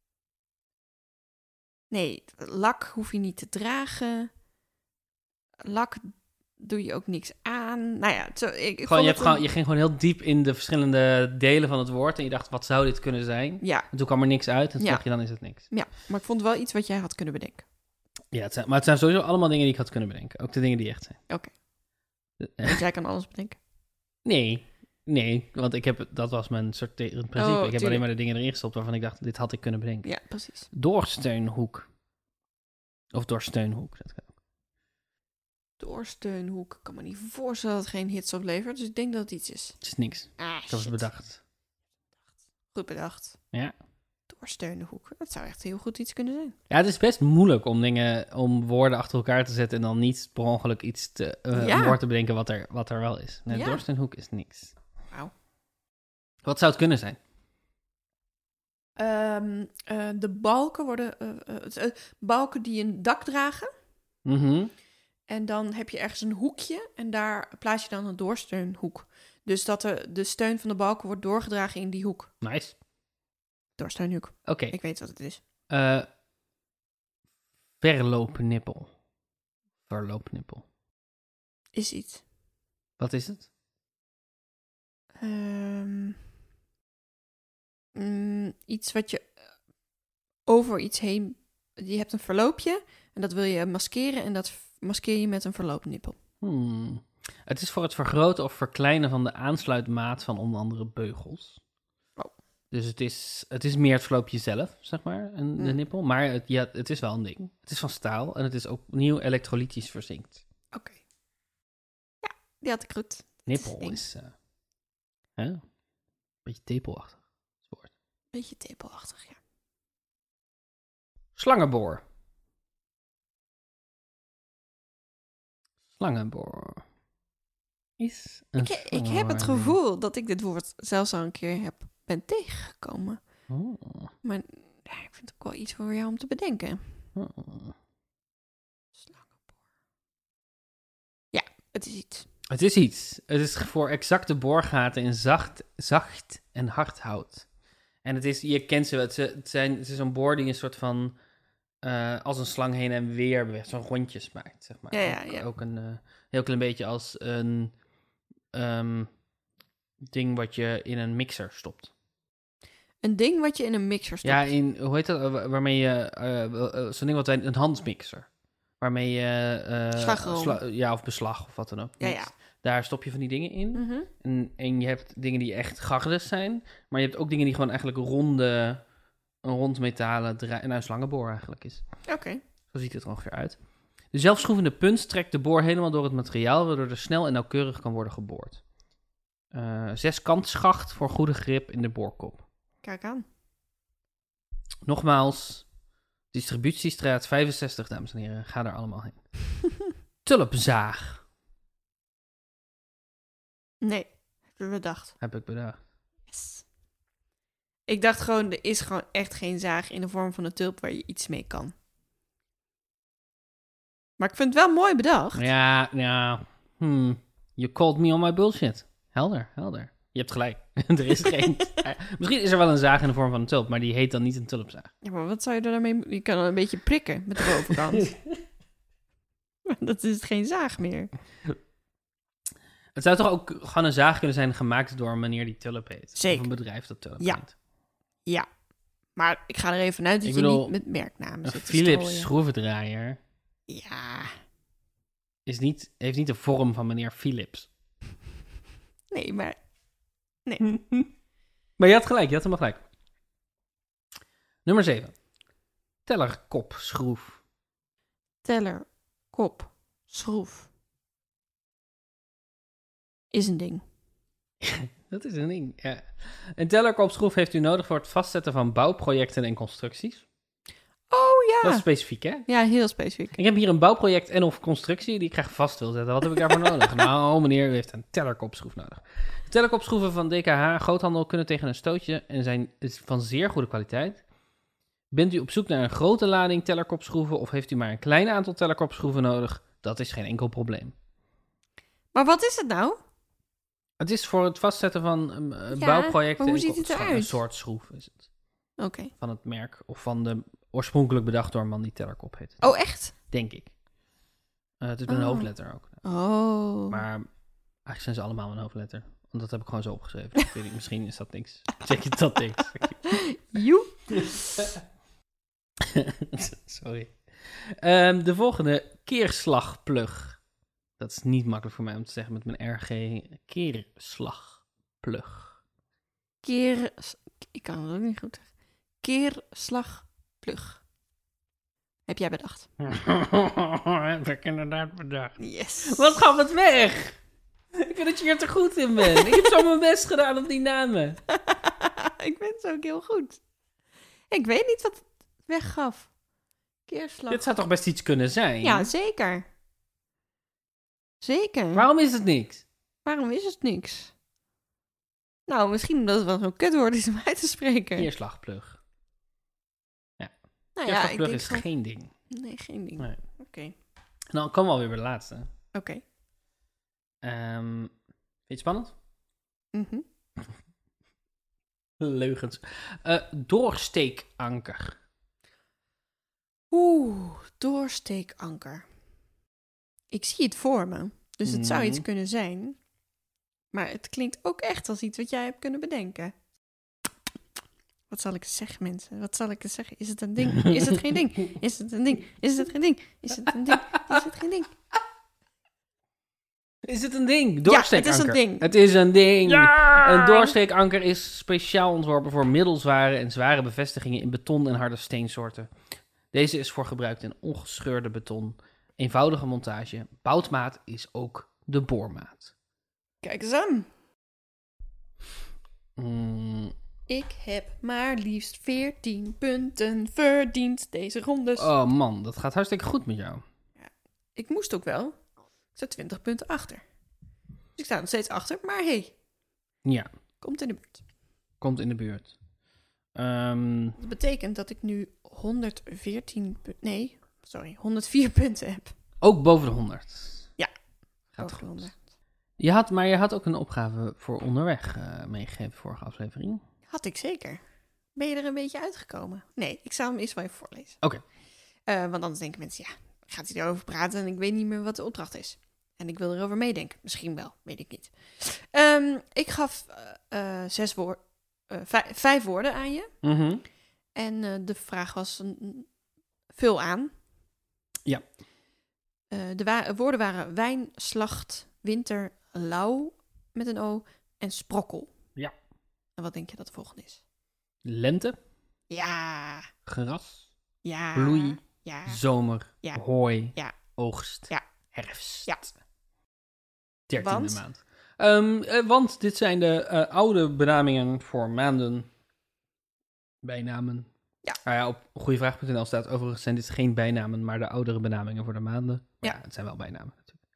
Nee, lak hoef je niet te dragen. Lak doe je ook niks aan. Nou ja, zo, ik, ik gewoon, je, hebt een... gewoon, je ging gewoon heel diep in de verschillende delen van het woord. En je dacht, wat zou dit kunnen zijn? Ja. En toen kwam er niks uit. En toen ja. dacht je, dan is het niks. Ja, maar ik vond wel iets wat jij had kunnen bedenken. Ja, het zijn, maar het zijn sowieso allemaal dingen die ik had kunnen bedenken. Ook de dingen die echt zijn. Oké. Okay. Want jij kan alles bedenken? Nee, nee. Want ik heb, dat was mijn sorterend principe. Oh, ik heb tuurlijk. alleen maar de dingen erin gestopt waarvan ik dacht, dit had ik kunnen bedenken. Ja, precies. Doorsteunhoek. Of doorsteunhoek. Dat kan ook. Doorsteunhoek. Ik kan me niet voorstellen dat het geen hits oplevert. Dus ik denk dat het iets is. Het is niks. Ah, ik had het bedacht. Goed bedacht. Ja. Doorsteunhoek. Dat zou echt heel goed iets kunnen zijn. Ja, het is best moeilijk om dingen, om woorden achter elkaar te zetten en dan niet per ongeluk iets te, uh, ja. een woord te bedenken wat er, wat er wel is. Nee, ja. doorsteunhoek is niks. Wauw. Wat zou het kunnen zijn? Um, uh, de balken worden... Uh, uh, uh, balken die een dak dragen. Mm-hmm. En dan heb je ergens een hoekje. En daar plaats je dan een doorsteunhoek. Dus dat de, de steun van de balken wordt doorgedragen in die hoek. Nice. Doorsteunhoek. Oké. Okay. Ik weet wat het is. Uh, verloopnippel. Verloopnippel. Is iets. Wat is het? Um, mm, iets wat je over iets heen... Je hebt een verloopje en dat wil je maskeren en dat maskeer je met een verloopnippel. Hmm. Het is voor het vergroten of verkleinen van de aansluitmaat van onder andere beugels. Oh. Dus het is, het is meer het verloopje zelf, zeg maar, een, de Hmm. nippel. Maar het, ja, het is wel een ding. Het is van staal en het is opnieuw elektrolytisch verzinkt. Oké. Okay. Ja, die had ik goed. Nippel is... is uh, hè? Een beetje tepelachtig. Woord. Beetje tepelachtig, ja. Slangenboor. Slangenboor. Is een ik, ik heb het gevoel dat ik dit woord zelfs al een keer heb, ben tegengekomen. Oh. Maar ja, ik vind het ook wel iets voor jou om te bedenken. Oh. Slangenboor. Ja, het is iets. Het is iets. Het is voor exacte boorgaten in zacht, zacht en hard hout. En het is, je kent ze wel, het, het, zijn, het is een boor die een soort van, uh, als een slang heen en weer beweegt, zo'n rondjes maakt, zeg maar. Ja, ja, ook, ja. ook een uh, heel klein beetje als een um, ding wat je in een mixer stopt. Een ding wat je in een mixer stopt? Ja, in, hoe heet dat, waarmee je, uh, uh, zo'n ding wat wij, een handmixer. Waarmee je... Uh, Slagroom. Sla, ja, of beslag of wat dan ook. Ja, ja. Daar stop je van die dingen in. Mm-hmm. En, en je hebt dingen die echt gardes zijn. Maar je hebt ook dingen die gewoon eigenlijk ronde, een rond metalen draai, en een slangenboor eigenlijk is. Oké. Okay. Zo ziet het er ongeveer uit. De zelfschroevende punt trekt de boor helemaal door het materiaal, waardoor er snel en nauwkeurig kan worden geboord. Uh, zeskant voor goede grip in de boorkop. Kijk aan. Nogmaals, distributiestraat vijfenzestig, dames en heren. Ga daar allemaal heen. Tulpzaag. Nee, heb je bedacht. Heb ik bedacht. Yes. Ik dacht gewoon, er is gewoon echt geen zaag in de vorm van een tulp waar je iets mee kan. Maar ik vind het wel mooi bedacht. Ja, ja. Hmm. You called me on my bullshit. Helder, helder. Je hebt gelijk. Er is geen... Misschien is er wel een zaag in de vorm van een tulp, maar die heet dan niet een tulpzaag. Ja, maar wat zou je er daarmee... Je kan dan een beetje prikken met de bovenkant. Dat is geen zaag meer. Het zou toch ook gewoon een zaag kunnen zijn gemaakt door een meneer die tulp heet? Zeker. Of een bedrijf dat tulp ja. heet. Ja. Maar ik ga er even vanuit dat ik je bedoel, niet met merknamen een zit te Philips strooien. schroevendraaier Ja. is niet, heeft niet de vorm van meneer Philips. Nee, maar... Nee. Maar je had gelijk, je had helemaal gelijk. Nummer zeven. Tellerkop schroef. Teller, kop, schroef. Is een ding. Dat is een ding, ja. Een tellerkopschroef heeft u nodig voor het vastzetten van bouwprojecten en constructies. Oh ja. Dat is specifiek, hè? Ja, heel specifiek. Ik heb hier een bouwproject en of constructie die ik graag vast wil zetten. Wat heb ik daarvoor nodig? Nou, meneer, u heeft een tellerkopschroef nodig. De tellerkopschroeven van D K H Groothandel kunnen tegen een stootje en zijn van zeer goede kwaliteit. Bent u op zoek naar een grote lading tellerkopschroeven of heeft u maar een klein aantal tellerkopschroeven nodig? Dat is geen enkel probleem. Maar wat is het nou? Het is voor het vastzetten van uh, Ja, bouwprojecten. maar hoe en ziet het ko- eruit? Een soort schroef is het. Oké. Okay. Van het merk of van de oorspronkelijk bedacht door een man die tellerkop heet. Oh, echt? Denk ik. Uh, het is met Oh. een hoofdletter ook. Oh. Maar eigenlijk zijn ze allemaal een hoofdletter. Want dat heb ik gewoon zo opgeschreven. Ik weet niet, misschien is dat niks. Check je dat niks. Joe. Sorry. Um, de volgende, keerslagplug. Dat is niet makkelijk voor mij om te zeggen met mijn R G. Keerslagplug. Keer... Ik kan het ook niet goed zeggen. Keerslagplug. Heb jij bedacht? Heb ik inderdaad bedacht. Yes. Wat gaat het weg? Ik vind dat je er te goed in bent. Ik heb zo mijn best gedaan op die namen. Ik vind het ook heel goed. Ik weet niet wat het weggaf. Keerslag. Dit zou toch best iets kunnen zijn? Ja, zeker. Zeker. Waarom is het niks? Waarom is het niks? Nou, misschien omdat het wel zo'n kutwoord is om uit te spreken. Keerslagplug. Nou Kerst ja, op ik brug denk is gewoon... geen ding. Nee, geen ding. Nee. Oké. Okay. Nou, komen we alweer bij de laatste. Oké. Okay. Um, vind je het spannend? Mhm. Leugens. Uh, doorsteekanker. Oeh, doorsteekanker. Ik zie het voor me. Dus het mm. zou iets kunnen zijn. Maar het klinkt ook echt als iets wat jij hebt kunnen bedenken. Wat zal ik zeggen, mensen? Wat zal ik zeggen? Is het een ding? Is het geen ding? Is het een ding? Is het geen ding? Is het een ding? Is het geen ding? Is het een ding? Doorsteekanker. Ja, het is een ding. Het is een ding. Ja! Een doorsteekanker is speciaal ontworpen voor middelzware en zware bevestigingen in beton en harde steensoorten. Deze is voor gebruikt in ongescheurde beton. Eenvoudige montage. Boutmaat is ook de boormaat. Kijk eens aan. Mm. Ik heb maar liefst veertien punten verdiend deze rondes. Oh man, dat gaat hartstikke goed met jou. Ja, ik moest ook wel. Ik sta twintig punten achter. Dus ik sta nog steeds achter, maar hey. Ja. Komt in de buurt. Komt in de buurt. Um... Dat betekent dat ik nu honderdveertien... Nee, sorry, honderdvier punten heb. Ook boven de honderd? Ja. Gaat goed. honderd. Je had, maar je had ook een opgave voor onderweg uh, meegegeven vorige aflevering. Had ik zeker. Ben je er een beetje uitgekomen? Nee, ik zal hem eerst wel even voorlezen. Oké. Okay. Uh, want anders denken mensen, ja, gaat hij erover praten en ik weet niet meer wat de opdracht is. En ik wil erover meedenken. Misschien wel, weet ik niet. Um, ik gaf uh, uh, zes woorden, uh, vijf, vijf woorden aan je. Mm-hmm. En uh, de vraag was, een, vul aan. Ja. Uh, de wa- woorden waren wijn, slacht, winter, lauw met een O en sprokkel. Ja. En wat denk je dat de volgende is? Lente. Ja. Gras. Ja. Bloei. Ja. Zomer. Ja. Hooi. Ja. Oogst. Ja. Herfst. Ja. Dertiende want? maand. Um, uh, want dit zijn de uh, oude benamingen voor maanden. Bijnamen. Ja. Nou ja, op goeie vraag punt n l staat overigens zijn dit geen bijnamen, maar de oudere benamingen voor de maanden. Maar ja. ja, het zijn wel bijnamen natuurlijk.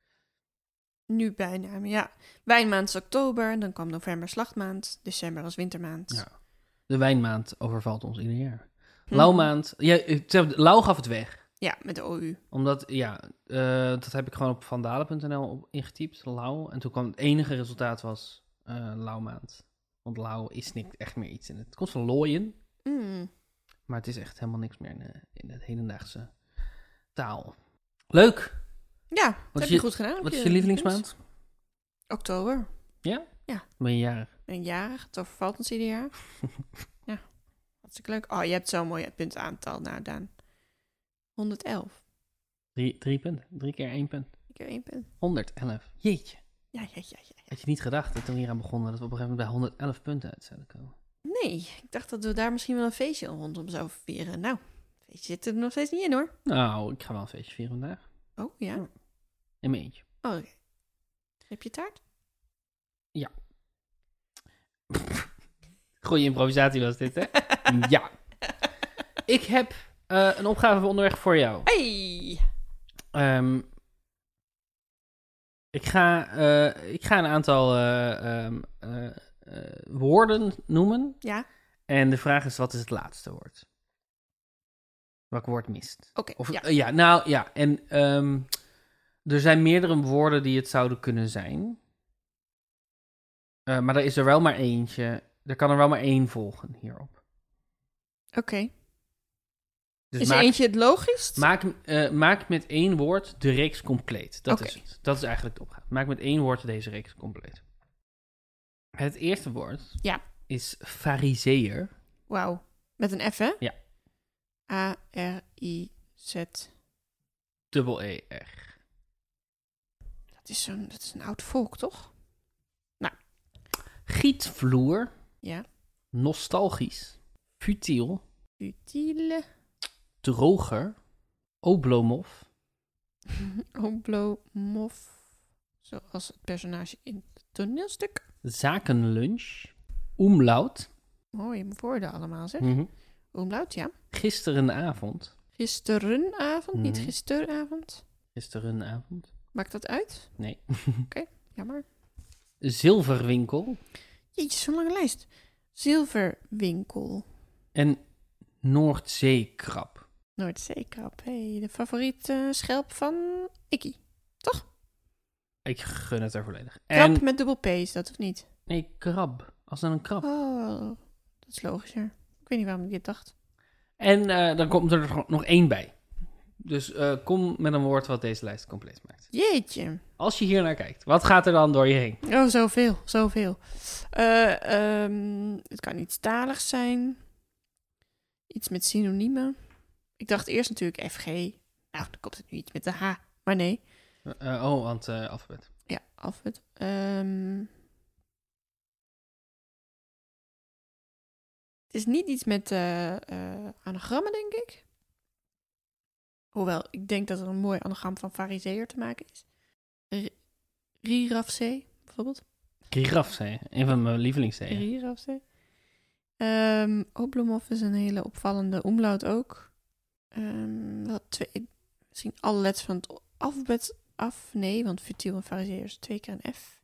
Nu bijnamen, ja. Wijnmaand is oktober, dan kwam november slachtmaand, december was wintermaand. Ja. De wijnmaand overvalt ons ieder jaar. Hm. Lauwmaand, ja, Lauw gaf het weg. Ja, met de O U. Omdat, ja, uh, dat heb ik gewoon op vandalen punt n l ingetypt, Lauw. En toen kwam het enige resultaat was uh, Lauwmaand. Want Lauw is niet echt meer iets in het. Het komt van looien. Mm. Maar het is echt helemaal niks meer in de, in het hedendaagse taal. Leuk! Ja, dat heb je, je goed gedaan. Wat is je lievelingsmaand? Oktober. Ja? Ja. Ben je jarig? Ben ik jarig? Het overvalt ons ieder jaar. Ja, hartstikke leuk. Oh, je hebt zo'n mooi puntenaantal. Nou, Daan. honderdelf. Drie, drie punten. Drie keer één punt. Drie keer één punt. honderdelf. Jeetje. Ja, ja, ja, ja, ja. Had je niet gedacht dat toen we hier aan begonnen dat we op een gegeven moment bij honderdelf punten uit zouden komen? Nee, ik dacht dat we daar misschien wel een feestje rondom zouden vieren. Nou, feestje zit er nog steeds niet in, hoor. Nou, ik ga wel een feestje vieren vandaag. Oh, ja? ja. In mijn eentje. Oh, oké. Okay. Heb je taart? Ja. Goeie improvisatie was dit, hè? Ja. Ik heb uh, een opgave onderweg voor jou. Hey! Um, ik, ga, uh, ik ga een aantal uh, um, uh, uh, woorden noemen. Ja. En de vraag is, wat is het laatste woord? Welk woord mist? Oké, okay, ja. Uh, ja. Nou, ja. En um, er zijn meerdere woorden die het zouden kunnen zijn. Uh, maar er is er wel maar eentje. Er kan er wel maar één volgen hierop. Oké. Okay. Dus is maak, er eentje het logischst? Maak, uh, maak met één woord de reeks compleet. Dat okay. is het. Dat is eigenlijk de opgave. Maak met één woord deze reeks compleet. Het eerste woord ja. is farizeeër. Wauw. Met een F, hè? Ja. A R I Z. Dubbel E R. Dat is, zo'n, dat is een oud volk, toch? Nou. Gietvloer. Ja. Nostalgisch. Futiel. Futiele. Droger. Oblomov. Oblomov. Zoals het personage in het toneelstuk. Zakenlunch. Umlaut. Mooie woorden allemaal, zeg. Mm-hmm. Umlaut, ja. Gisterenavond. Gisterenavond, mm-hmm. Niet gisteravond. Gisterenavond. Maakt dat uit? Nee. Oké, okay, jammer. Zilverwinkel. Jeetje, zo'n lange lijst. Zilverwinkel. En Noordzeekrab. Noordzeekrab. Hey, de favoriete schelp van Ikkie. Toch? Ik gun het er volledig. Krab En, met dubbel P is dat, of niet? nee, krab. Als dan een krab. Oh, dat is logisch, ja. Ik weet niet waarom ik dit dacht. En uh, dan komt er nog één bij. Dus uh, kom met een woord wat deze lijst compleet maakt. Jeetje. Als je hier naar kijkt, wat gaat er dan door je heen? Oh, zoveel, zoveel. Uh, um, het kan iets taligs zijn. Iets met synoniemen. Ik dacht eerst natuurlijk F G. Nou, dan komt het nu iets met de H. Maar nee. Uh, uh, oh, want uh, alfabet. Ja, alfabet. Um, het is niet iets met uh, uh, anagrammen, denk ik. Hoewel, ik denk dat er een mooi anagram van farizeeër te maken is. Rirafzee, bijvoorbeeld. Rirafzee, een van mijn lievelingszeeën. Rirafzee. Um, Oblomov is een hele opvallende omlaut ook. Um, wel twee, misschien alle letters van het alfabet af. Nee, want futiel en farizeeër is twee keer een F.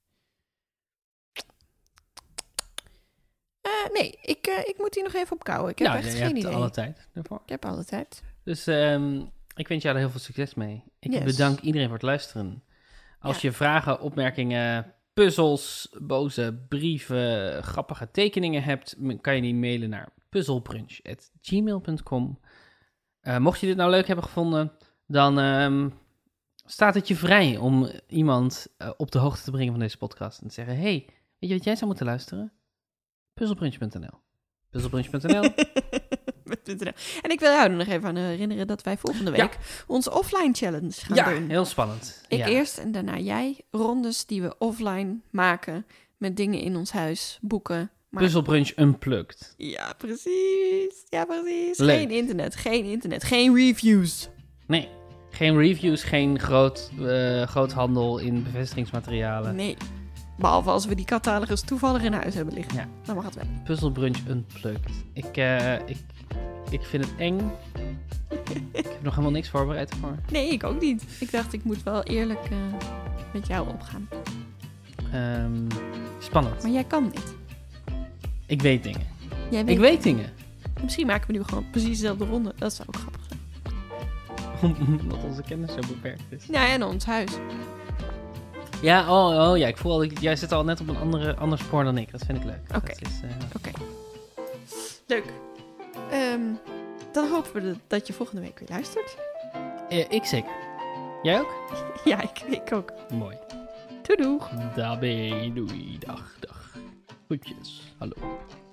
Uh, nee, ik, uh, ik moet hier nog even op kouwen. Ik heb ja, echt je geen hebt idee. alle tijd ervoor. Ik heb alle tijd. Dus um, ik wens jou er heel veel succes mee. Ik yes. bedank iedereen voor het luisteren. Als ja. je vragen, opmerkingen, puzzels, boze brieven, grappige tekeningen hebt, kan je die mailen naar puzzelbrunch at gmail dot com. Uh, mocht je dit nou leuk hebben gevonden, dan um, staat het je vrij om iemand uh, op de hoogte te brengen van deze podcast. En te zeggen, hey, weet je wat jij zou moeten luisteren? puzzelbrunch punt n l puzzelbrunch punt n l En ik wil jou er nog even aan herinneren dat wij volgende week ja. onze offline challenge gaan ja, doen. Ja, heel spannend. Ik ja. eerst en daarna jij. Rondes die we offline maken met dingen in ons huis, boeken. Maar... Puzzelbrunch Unplugged. Ja, precies. Ja, precies. Leuk. Geen internet, geen internet, geen reviews. Nee, geen reviews, geen groot, uh, groothandel in bevestigingsmaterialen. Nee. Behalve als we die catalogus toevallig in huis hebben liggen. Ja. Dan mag het wel. Puzzelbrunch Unplugged. Ik, uh, ik, ik vind het eng. Ik heb nog helemaal niks voorbereid ervoor. Nee, ik ook niet. Ik dacht, ik moet wel eerlijk uh, met jou opgaan. Um, spannend. Maar jij kan dit. Ik weet dingen. Jij weet ik weet dingen. Misschien maken we nu gewoon precies dezelfde ronde. Dat zou ook grappig zijn. Omdat onze kennis zo beperkt is. Ja, en ons huis. Ja, oh, oh ja, ik voel al, jij zit al net op een andere, ander spoor dan ik. Dat vind ik leuk. Oké, okay. uh... okay. Leuk. Um, dan hopen we dat, dat je volgende week weer luistert. Uh, ik zeker. Jij ook? Ja, ik, ik ook. Mooi. Doei doeg. Daarbij, doei, dag, dag. Groetjes, hallo.